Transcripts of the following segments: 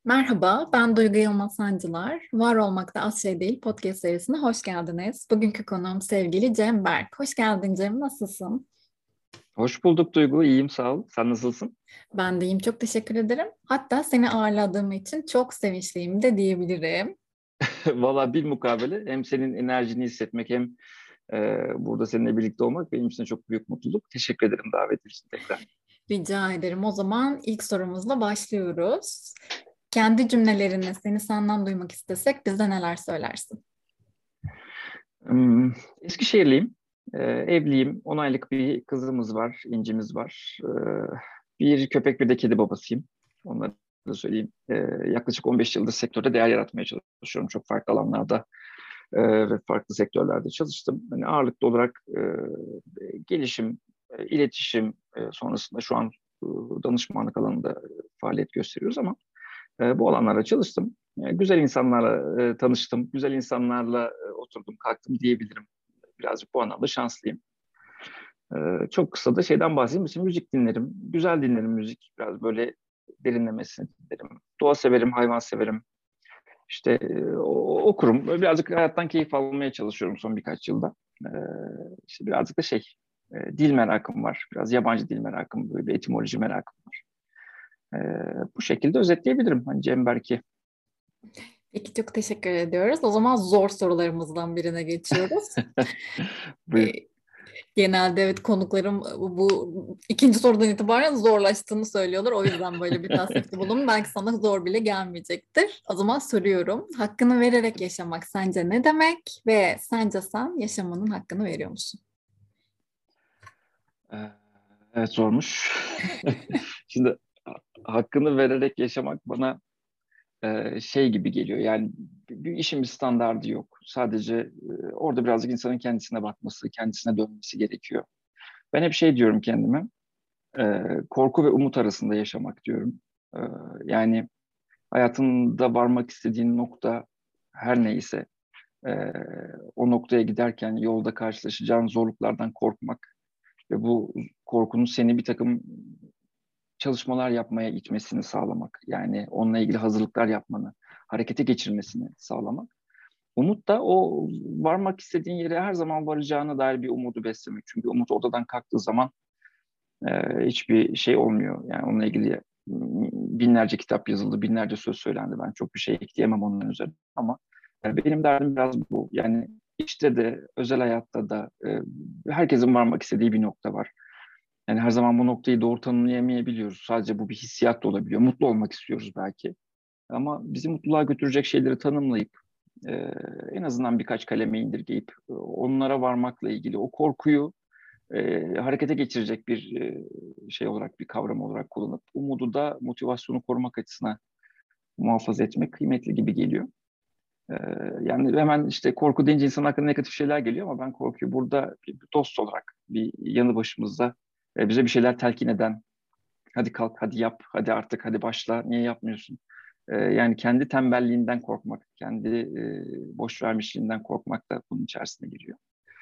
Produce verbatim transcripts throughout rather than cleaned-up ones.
Merhaba, ben Duygu Yılmaz Sancılar. Var Olmakta Az Şey Değil podcast serisine hoş geldiniz. Bugünkü konuğum sevgili Cem Berk. Hoş geldin Cem, nasılsın? Hoş bulduk Duygu. İyiyim sağ ol. Sen nasılsın? Ben de iyiyim, çok teşekkür ederim. Hatta seni ağırladığım için çok sevinçliyim de diyebilirim. Valla bir mukabele hem senin enerjini hissetmek hem e, burada seninle birlikte olmak benim için çok büyük mutluluk. Teşekkür ederim davet için tekrar. Rica ederim. O zaman ilk sorumuzla başlıyoruz. Kendi cümlelerini seni senden duymak istesek bize neler söylersin? Hmm, Eskişehirliyim. E, evliyim. on aylık bir kızımız var. İncimiz var. E, bir köpek bir de kedi babasıyım. Onları da söyleyeyim. E, yaklaşık on beş yıldır sektörde değer yaratmaya çalışıyorum. Çok farklı alanlarda e, ve farklı sektörlerde çalıştım. Hani ağırlıklı olarak e, gelişim, e, iletişim e, sonrasında şu an e, danışmanlık alanında e, faaliyet gösteriyoruz ama e, bu alanlarda çalıştım. E, güzel insanlarla e, tanıştım, güzel insanlarla e, oturdum, kalktım diyebilirim. Birazcık bu anlamda şanslıyım. E, çok kısa da şeyden bahsedeyim. Mesela müzik dinlerim, güzel dinlerim müzik. Biraz böyle derinlemesine dinlerim. Doğa severim, hayvan severim. İşte e, o- okurum. Böyle birazcık hayattan keyif almaya çalışıyorum son birkaç yılda. E, işte birazcık da şey, e, dil merakım var. Biraz yabancı dil merakım, böyle bir etimoloji merakım var. E, bu şekilde özetleyebilirim. Hani Cem Berk'i. Peki, çok teşekkür ediyoruz. O zaman zor sorularımızdan birine geçiyoruz. Buyur. Genelde evet, konuklarım bu ikinci sorudan itibaren zorlaştığını söylüyorlar. O yüzden böyle bir tasnifte bulundum. Belki sana zor bile gelmeyecektir. O zaman soruyorum. Hakkını vererek yaşamak sence ne demek? Ve sence sen yaşamanın hakkını veriyor musun? E, evet zormuş. Şimdi hakkını vererek yaşamak bana e, şey gibi geliyor. Yani bir bir işin bir standardı yok. Sadece e, orada birazcık insanın kendisine bakması, kendisine dönmesi gerekiyor. Ben hep şey diyorum kendime. e, korku ve umut arasında yaşamak diyorum. E, yani hayatında varmak istediğin nokta her neyse e, o noktaya giderken yolda karşılaşacağın zorluklardan korkmak ve bu korkunun seni bir takım çalışmalar yapmaya itmesini sağlamak. Yani onunla ilgili hazırlıklar yapmanı, harekete geçirmesini sağlamak. Umut da o varmak istediğin yere her zaman varacağına dair bir umudu beslemek. Çünkü umut ortadan kalktığı zaman Ee, hiçbir şey olmuyor. Yani onunla ilgili binlerce kitap yazıldı, binlerce söz söylendi. Ben çok bir şey ekleyemem onun üzerine. Ama e, benim derdim biraz bu. Yani işte de, özel hayatta da e, herkesin varmak istediği bir nokta var. Yani her zaman bu noktayı doğru tanımlayamayabiliyoruz. Sadece bu bir hissiyat da olabiliyor. Mutlu olmak istiyoruz belki. Ama bizi mutluluğa götürecek şeyleri tanımlayıp e, en azından birkaç kaleme indirgeyip e, onlara varmakla ilgili o korkuyu e, harekete geçirecek bir e, şey olarak, bir kavram olarak kullanıp umudu da motivasyonu korumak açısından muhafaza etmek kıymetli gibi geliyor. E, yani hemen işte korku deyince insan aklına negatif şeyler geliyor ama ben korkuyu burada bir, bir dost olarak, bir yanı başımızda e, bize bir şeyler telkin eden, hadi kalk, hadi yap, hadi artık, hadi başla, niye yapmıyorsun? E, yani kendi tembelliğinden korkmak, kendi e, boş vermişliğinden korkmak da bunun içerisine giriyor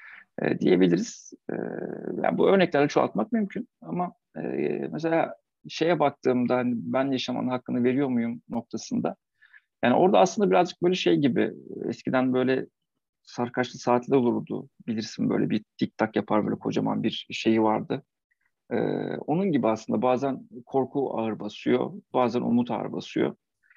e, diyebiliriz. E, yani bu örneklerle çoğaltmak mümkün ama e, mesela şeye baktığımda hani ben yaşamanın hakkını veriyor muyum noktasında. Yani orada aslında birazcık böyle şey gibi eskiden böyle sarkaçlı saatler olurdu. Bilirsin böyle bir tik tak yapar böyle kocaman bir şeyi vardı. E, onun gibi aslında bazen korku ağır basıyor, bazen umut ağır basıyor.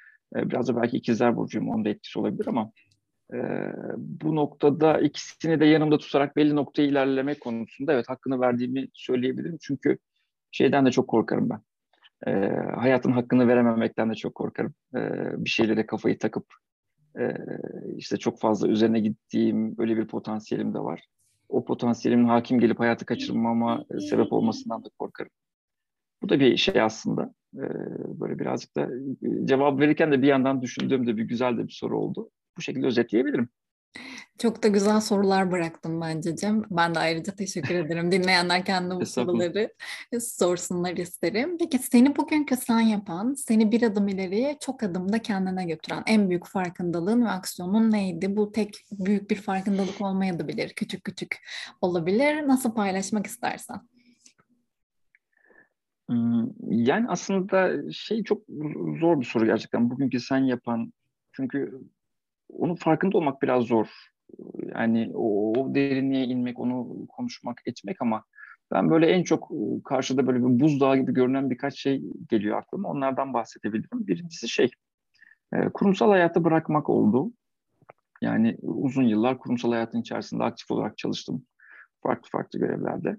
E, biraz da belki ikizler burcuyum, onun da etkisi olabilir ama ee, bu noktada ikisini de yanımda tutarak belli noktaya ilerlemek konusunda evet hakkını verdiğimi söyleyebilirim. Çünkü şeyden de çok korkarım ben. Ee, hayatın hakkını verememekten de çok korkarım. Ee, bir şeylere kafayı takıp e, işte çok fazla üzerine gittiğim öyle bir potansiyelim de var. O potansiyelimin hakim gelip hayatı kaçırmama e, sebep olmasından da korkarım. Bu da bir şey aslında. Ee, böyle birazcık da e, cevap verirken de bir yandan düşündüğüm de bir güzel de bir soru oldu. Bu şekilde özetleyebilirim. Çok da güzel sorular bıraktın bence Cem. Ben de ayrıca teşekkür ederim. Dinleyenler kendine bu Estağfurullah. soruları sorsunlar isterim. Peki seni bugünkü sen yapan, seni bir adım ileriye çok adımda kendine götüren en büyük farkındalığın ve aksiyonun neydi? Bu tek büyük bir farkındalık olmayabilir, küçük küçük olabilir. Nasıl paylaşmak istersen. Hmm, Yani aslında şey çok zor bir soru gerçekten. Bugünkü sen yapan, çünkü onun farkında olmak biraz zor. Yani o, o derinliğe inmek, onu konuşmak, etmek, ama ben böyle en çok e, karşıda böyle bir buzdağı gibi görünen birkaç şey geliyor aklıma. Onlardan bahsedebilirim. Birincisi şey, e, kurumsal hayatı bırakmak oldu. Yani uzun yıllar kurumsal hayatın içerisinde aktif olarak çalıştım. Farklı farklı görevlerde.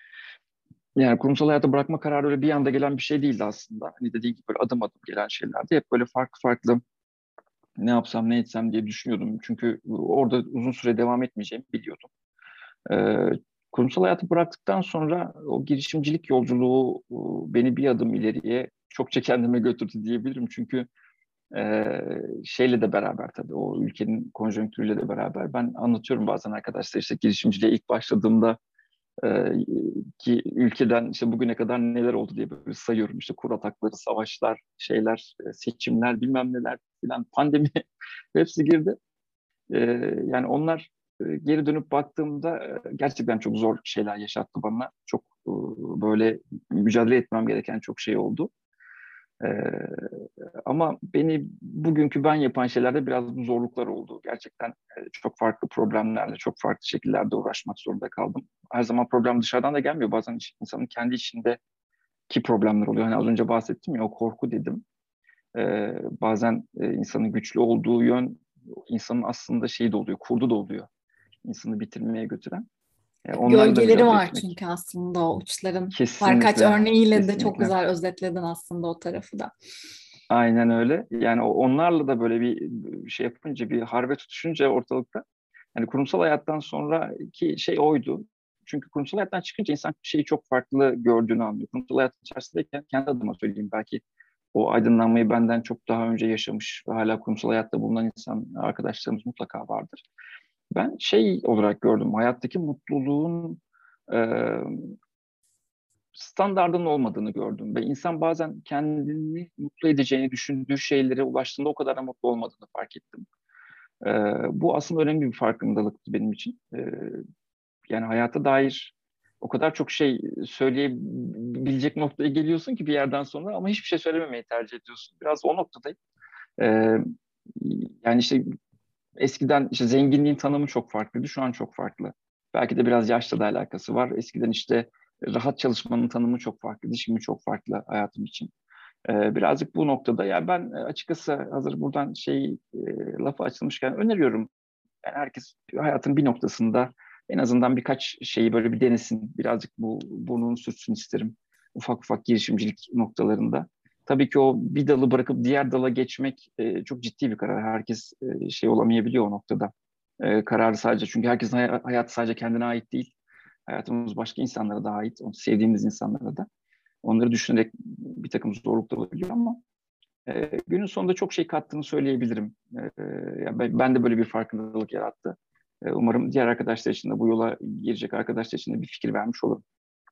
Yani kurumsal hayatı bırakma kararı öyle bir anda gelen bir şey değildi aslında. Hani dediğim gibi böyle adım adım gelen şeylerdi. Hep böyle farklı farklı ne yapsam ne etsem diye düşünüyordum. Çünkü orada uzun süre devam etmeyeceğimi biliyordum. Ee, Kurumsal hayatı bıraktıktan sonra o girişimcilik yolculuğu e, beni bir adım ileriye çokça kendime götürdü diyebilirim. Çünkü e, şeyle de beraber, tabii o ülkenin konjonktürüyle de beraber, ben anlatıyorum bazen arkadaşlar, işte girişimciliğe ilk başladığımda e, ki ülkeden işte bugüne kadar neler oldu diye böyle sayıyorum. İşte kur atakları, savaşlar, şeyler, e, seçimler, bilmem neler filan, pandemi hepsi girdi. E, Yani onlar, e, geri dönüp baktığımda e, gerçekten çok zor şeyler yaşattı bana. Çok e, böyle mücadele etmem gereken çok şey oldu. E, Ama beni bugünkü ben yapan şeylerde biraz bu zorluklar oldu. Gerçekten e, çok farklı problemlerle, çok farklı şekillerde uğraşmak zorunda kaldım. Her zaman problem dışarıdan da gelmiyor. Bazen iş- insanın kendi içindeki problemler oluyor. Hani az önce bahsettim ya, o korku dedim. E, bazen e, insanın güçlü olduğu yön, insanın aslında şeyi de oluyor, kurdu da oluyor. İnsanı bitirmeye götüren. E, onlarla da Gölgeleri mücadele var etmek. çünkü aslında o uçların. Birkaç Kesinlikle, örneğiyle de çok kesinlikle. güzel özetledin aslında o tarafı da. Aynen öyle. Yani o- onlarla da böyle bir bir şey yapınca, bir harbe tutuşunca ortalıkta, yani kurumsal hayattan sonraki şey oydu. Çünkü kurumsal hayattan çıkınca insan şeyi çok farklı gördüğünü anlıyor. Kurumsal hayat içerisindeyken, kendi adıma söyleyeyim, belki o aydınlanmayı benden çok daha önce yaşamış ve hala kurumsal hayatta bulunan insan arkadaşlarımız mutlaka vardır. Ben şey olarak gördüm, hayattaki mutluluğun e, standardının olmadığını gördüm ve insan bazen kendini mutlu edeceğini düşündüğü şeylere ulaştığında o kadar da mutlu olmadığını fark ettim. Ee, Bu aslında önemli bir farkındalıktı benim için. Ee, yani hayata dair o kadar çok şey söyleyebilecek noktaya geliyorsun ki bir yerden sonra, ama hiçbir şey söylememeyi tercih ediyorsun. Biraz o noktadayım. Ee, Yani işte eskiden işte zenginliğin tanımı çok farklıydı, şu an çok farklı. Belki de biraz yaşla da alakası var. Eskiden işte rahat çalışmanın tanımı çok farklıydı, şimdi çok farklı hayatım için. Ee, birazcık bu noktada, ya ben e, açıkçası hazır buradan şey e, lafı açılmışken öneriyorum. Yani herkes hayatın bir noktasında en azından birkaç şeyi böyle bir denesin. Birazcık bu burnunu sürtsün isterim. Ufak ufak girişimcilik noktalarında. Tabii ki o bir dalı bırakıp diğer dala geçmek e, çok ciddi bir karar. Herkes e, şey olamayabiliyor o noktada. E, kararı sadece, çünkü herkesin hay- hayatı sadece kendine ait değil. Hayatımız başka insanlara da ait. Onu sevdiğimiz insanlara da. Onları düşünerek bir takım zorluklar olabiliyor, ama e, günün sonunda çok şey kattığını söyleyebilirim. E, yani ben, ben de böyle bir farkındalık yarattı. E, umarım diğer arkadaşlar için de, bu yola girecek arkadaşlar için de bir fikir vermiş olurum.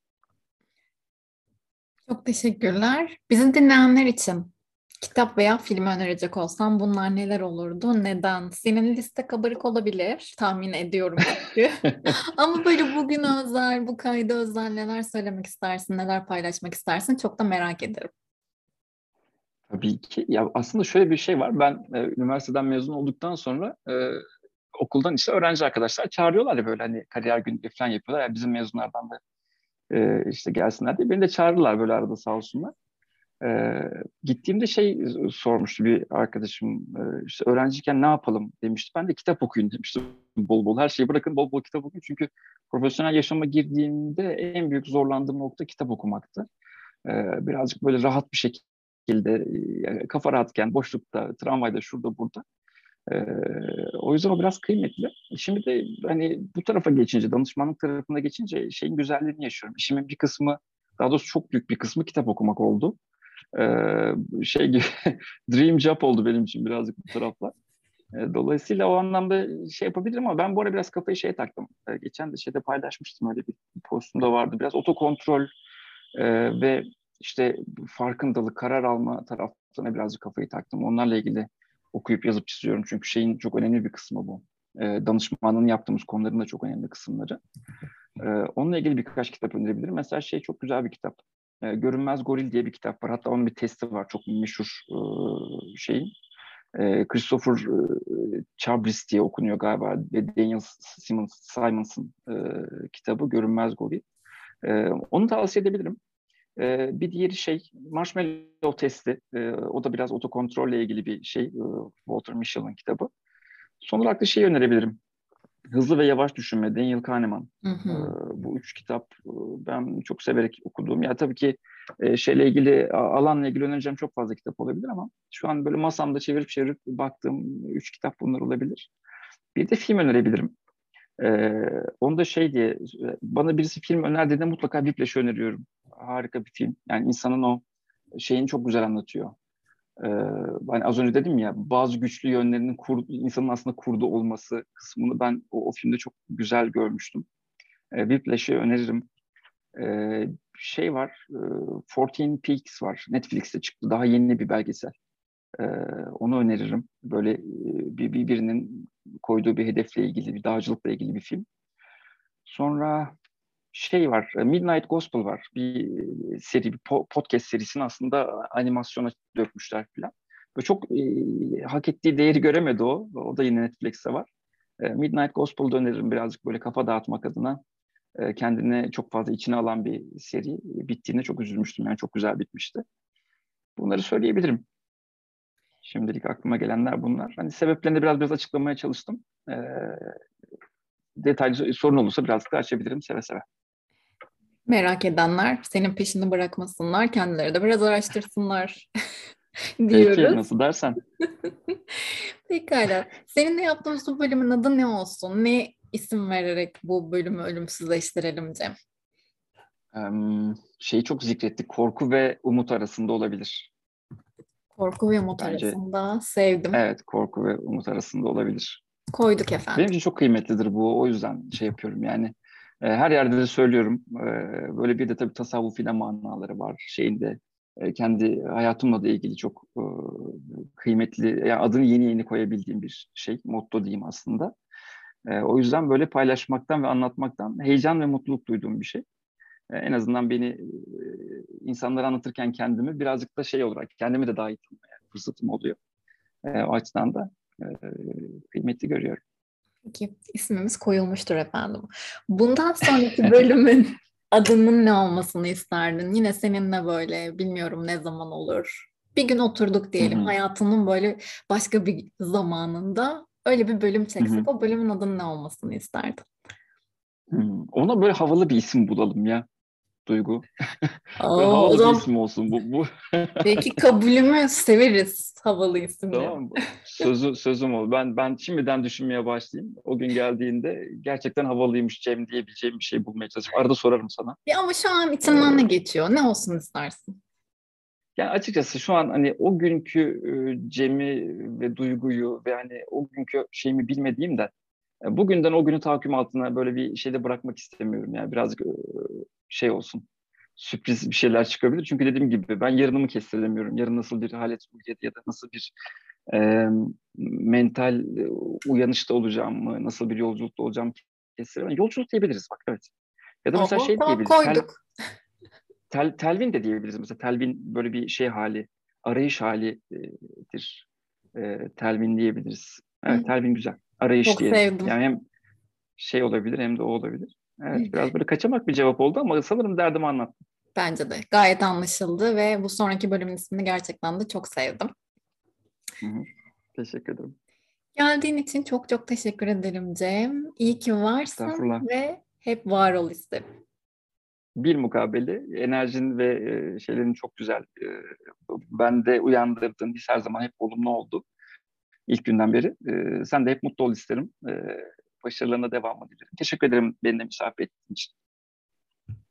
Çok teşekkürler. Bizi dinleyenler için kitap veya film önerecek olsam bunlar neler olurdu? Neden? Senin liste kabarık olabilir, tahmin ediyorum çünkü. Ama böyle bugün özel, bu kayda özel neler söylemek istersin, neler paylaşmak istersin çok da merak ederim. Tabii ki. Ya aslında şöyle bir şey var. Ben e, üniversiteden mezun olduktan sonra e, okuldan işte öğrenci arkadaşlar çağırıyorlar ya, böyle hani kariyer günü falan yapıyorlar. Ya bizim mezunlardan da e, işte gelsinler diye. Beni de çağırdılar böyle arada, sağ olsunlar. Ee, Gittiğimde şey sormuştu bir arkadaşım, e, işte öğrenciyken ne yapalım demişti. Ben de kitap okuyun demiştim, bol bol. Her şeyi bırakın, bol bol kitap okuyun. Çünkü profesyonel yaşama girdiğimde en büyük zorlandığım nokta kitap okumaktı. Ee, birazcık böyle rahat bir şekilde, e, kafa rahatken, boşlukta, tramvayda, şurada burada. Ee, O yüzden o biraz kıymetli. Şimdi de hani bu tarafa geçince, danışmanlık tarafına geçince şeyin güzelliğini yaşıyorum. İşimin bir kısmı, daha doğrusu çok büyük bir kısmı kitap okumak oldu. Ee, Şey gibi dream job oldu benim için birazcık bu taraflar. Ee, dolayısıyla o anlamda şey yapabilirim, ama ben bu ara biraz kafayı şeye taktım. Ee, geçen de şeyde paylaşmıştım, öyle bir postumda vardı. Biraz otokontrol e, ve işte farkındalık, karar alma taraflarına birazcık kafayı taktım. Onlarla ilgili okuyup yazıp çiziyorum. Çünkü şeyin çok önemli bir kısmı bu. Ee, danışmanlığını yaptığımız konuların da çok önemli kısımları. Ee, onunla ilgili birkaç kitap önerebilirim. Mesela şey çok güzel bir kitap. E, Görünmez Goril diye bir kitap var. Hatta onun bir testi var. Çok meşhur e, şeyin. E, Christopher e, Chabris diye okunuyor galiba. Ve Daniel Simons, Simons'ın e, kitabı Görünmez Goril. E, onu tavsiye edebilirim. E, bir diğeri şey Marshmallow Testi. E, o da biraz otokontrolle ilgili bir şey. E, Walter Mischel'in kitabı. Son olarak da şey önerebilirim. Hızlı ve Yavaş Düşünme, Daniel Kahneman. Hı Ee, hı. bu üç kitap e, ben çok severek okuduğum. Ya tabii ki e, şeyle ilgili, a- alanla ilgili önereceğim çok fazla kitap olabilir ama şu an böyle masamda çevirip çevirip baktığım üç kitap bunlar olabilir. Bir de film önerebilirim. Ee, onu da şey diye, bana birisi film öner dediğinde mutlaka Whiplash'ı öneriyorum. Harika bir film. Yani insanın o şeyini çok güzel anlatıyor. Ee, hani az önce dedim ya bazı güçlü yönlerinin kur, insanın aslında kurdu olması kısmını ben o, o filmde çok güzel görmüştüm. Ee, Whiplash'ı öneririm. Ee, şey var, e, on dört Peaks var. Netflix'te çıktı. Daha yeni bir belgesel. Ee, onu öneririm. Böyle e, bir, bir birinin koyduğu bir hedefle ilgili, bir dağcılıkla ilgili bir film. Sonra şey var, e, Midnight Gospel var. Bir e, seri, bir po- podcast serisini aslında animasyona dökmüşler falan. Ve çok e, hak ettiği değeri göremedi o. O da yine Netflix'te var. E, Midnight Gospel'da öneririm birazcık böyle kafa dağıtmak adına. E, kendine çok fazla içine alan bir seri. Bittiğinde çok üzülmüştüm. Yani çok güzel bitmişti. Bunları söyleyebilirim. Şimdilik aklıma gelenler bunlar. Hani sebeplerini biraz biraz açıklamaya çalıştım. E, detaylı sorun olursa birazcık daha açabilirim seve seve. Merak edenler senin peşini bırakmasınlar, kendileri de biraz araştırsınlar Peki, diyoruz. nasıl dersen. Pekala. Seninle yaptığımız bu bölümün adı ne olsun? Ne isim vererek bu bölümü ölümsüzleştirelim Cem? Em, şeyi çok zikrettik. Korku ve umut arasında olabilir. Korku ve umut Bence arasında sevdim. evet, korku ve umut arasında olabilir. Koyduk Benim efendim. için çok kıymetlidir bu. O yüzden şey yapıyorum yani. E, her yerde de söylüyorum. E, böyle bir de tabii tasavvufi de manaları var. Şeyinde e, kendi hayatımla da ilgili çok e, kıymetli, yani adını yeni yeni koyabildiğim bir şey. Motto diyeyim aslında. E, o yüzden böyle paylaşmaktan ve anlatmaktan heyecan ve mutluluk duyduğum bir şey. E, en azından beni e, insanlara anlatırken kendimi birazcık da şey olarak kendimi de dahil tanımaya fırsatım oluyor. E, o açıdan da e, kıymetli görüyorum. Peki ismimiz koyulmuştur efendim. Bundan sonraki bölümün adının ne olmasını isterdin? Yine seninle böyle bilmiyorum ne zaman olur. Bir gün oturduk Hı diyelim hı, hayatının böyle başka bir zamanında öyle bir bölüm hı hı, çeksek o bölümün adının ne olmasını isterdin? hı. Ona böyle havalı bir isim bulalım ya, Duygu. Böyle Aa, o havalı bir zaman isim olsun bu. bu. belki kabulümü severiz havalı isimleri. Tamam mı? Sözü, sözüm ol. Ben ben şimdiden düşünmeye başlayayım. O gün geldiğinde gerçekten havalıymış Cem diyebileceğim bir şey bulmaya çalışayım. Arada sorarım sana. Ya ama şu an içinden ne Ee, geçiyor? Ne olsun istersin? Yani açıkçası şu an hani o günkü e, Cem'i ve Duygu'yu ve hani o günkü şeyimi bilmediğim de e, bugünden o günü tahakküm altına böyle bir şeyde bırakmak istemiyorum. Yani birazcık e, şey olsun. Sürpriz bir şeyler çıkabilir. Çünkü dediğim gibi ben yarınımı kestiremiyorum. Yarın nasıl bir halet ya da nasıl bir e, mental e, uyanışta olacağım mı, nasıl bir yolculukta olacağım kestiremem. Yolculuk diyebiliriz bak, evet. Ya da mesela Oo, şey tamam diyebiliriz. Tel, koyduk. tel, telvin de diyebiliriz. Mesela telvin böyle bir şey hali, arayış halidir. E, telvin diyebiliriz. Hı, Evet, telvin güzel. Arayış çok diyelim. sevdim. Yani hem şey olabilir hem de o olabilir. Evet, biraz böyle kaçamak bir cevap oldu ama sanırım derdimi anlattım. Bence de gayet anlaşıldı ve bu sonraki bölümün ismini gerçekten de çok sevdim. Hı hı. Teşekkür ederim. Geldiğin için çok çok teşekkür ederim Cem. İyi ki varsın Estağfurullah. ve hep var ol isterim. Bir mukabele enerjin ve e, şeylerin çok güzel. E, bende uyandırdığın his her zaman hep olumlu oldu ilk günden beri. E, sen de hep mutlu ol isterim. E, başarılarına devamını dilerim. Teşekkür ederim benimle misafir ettiğin için.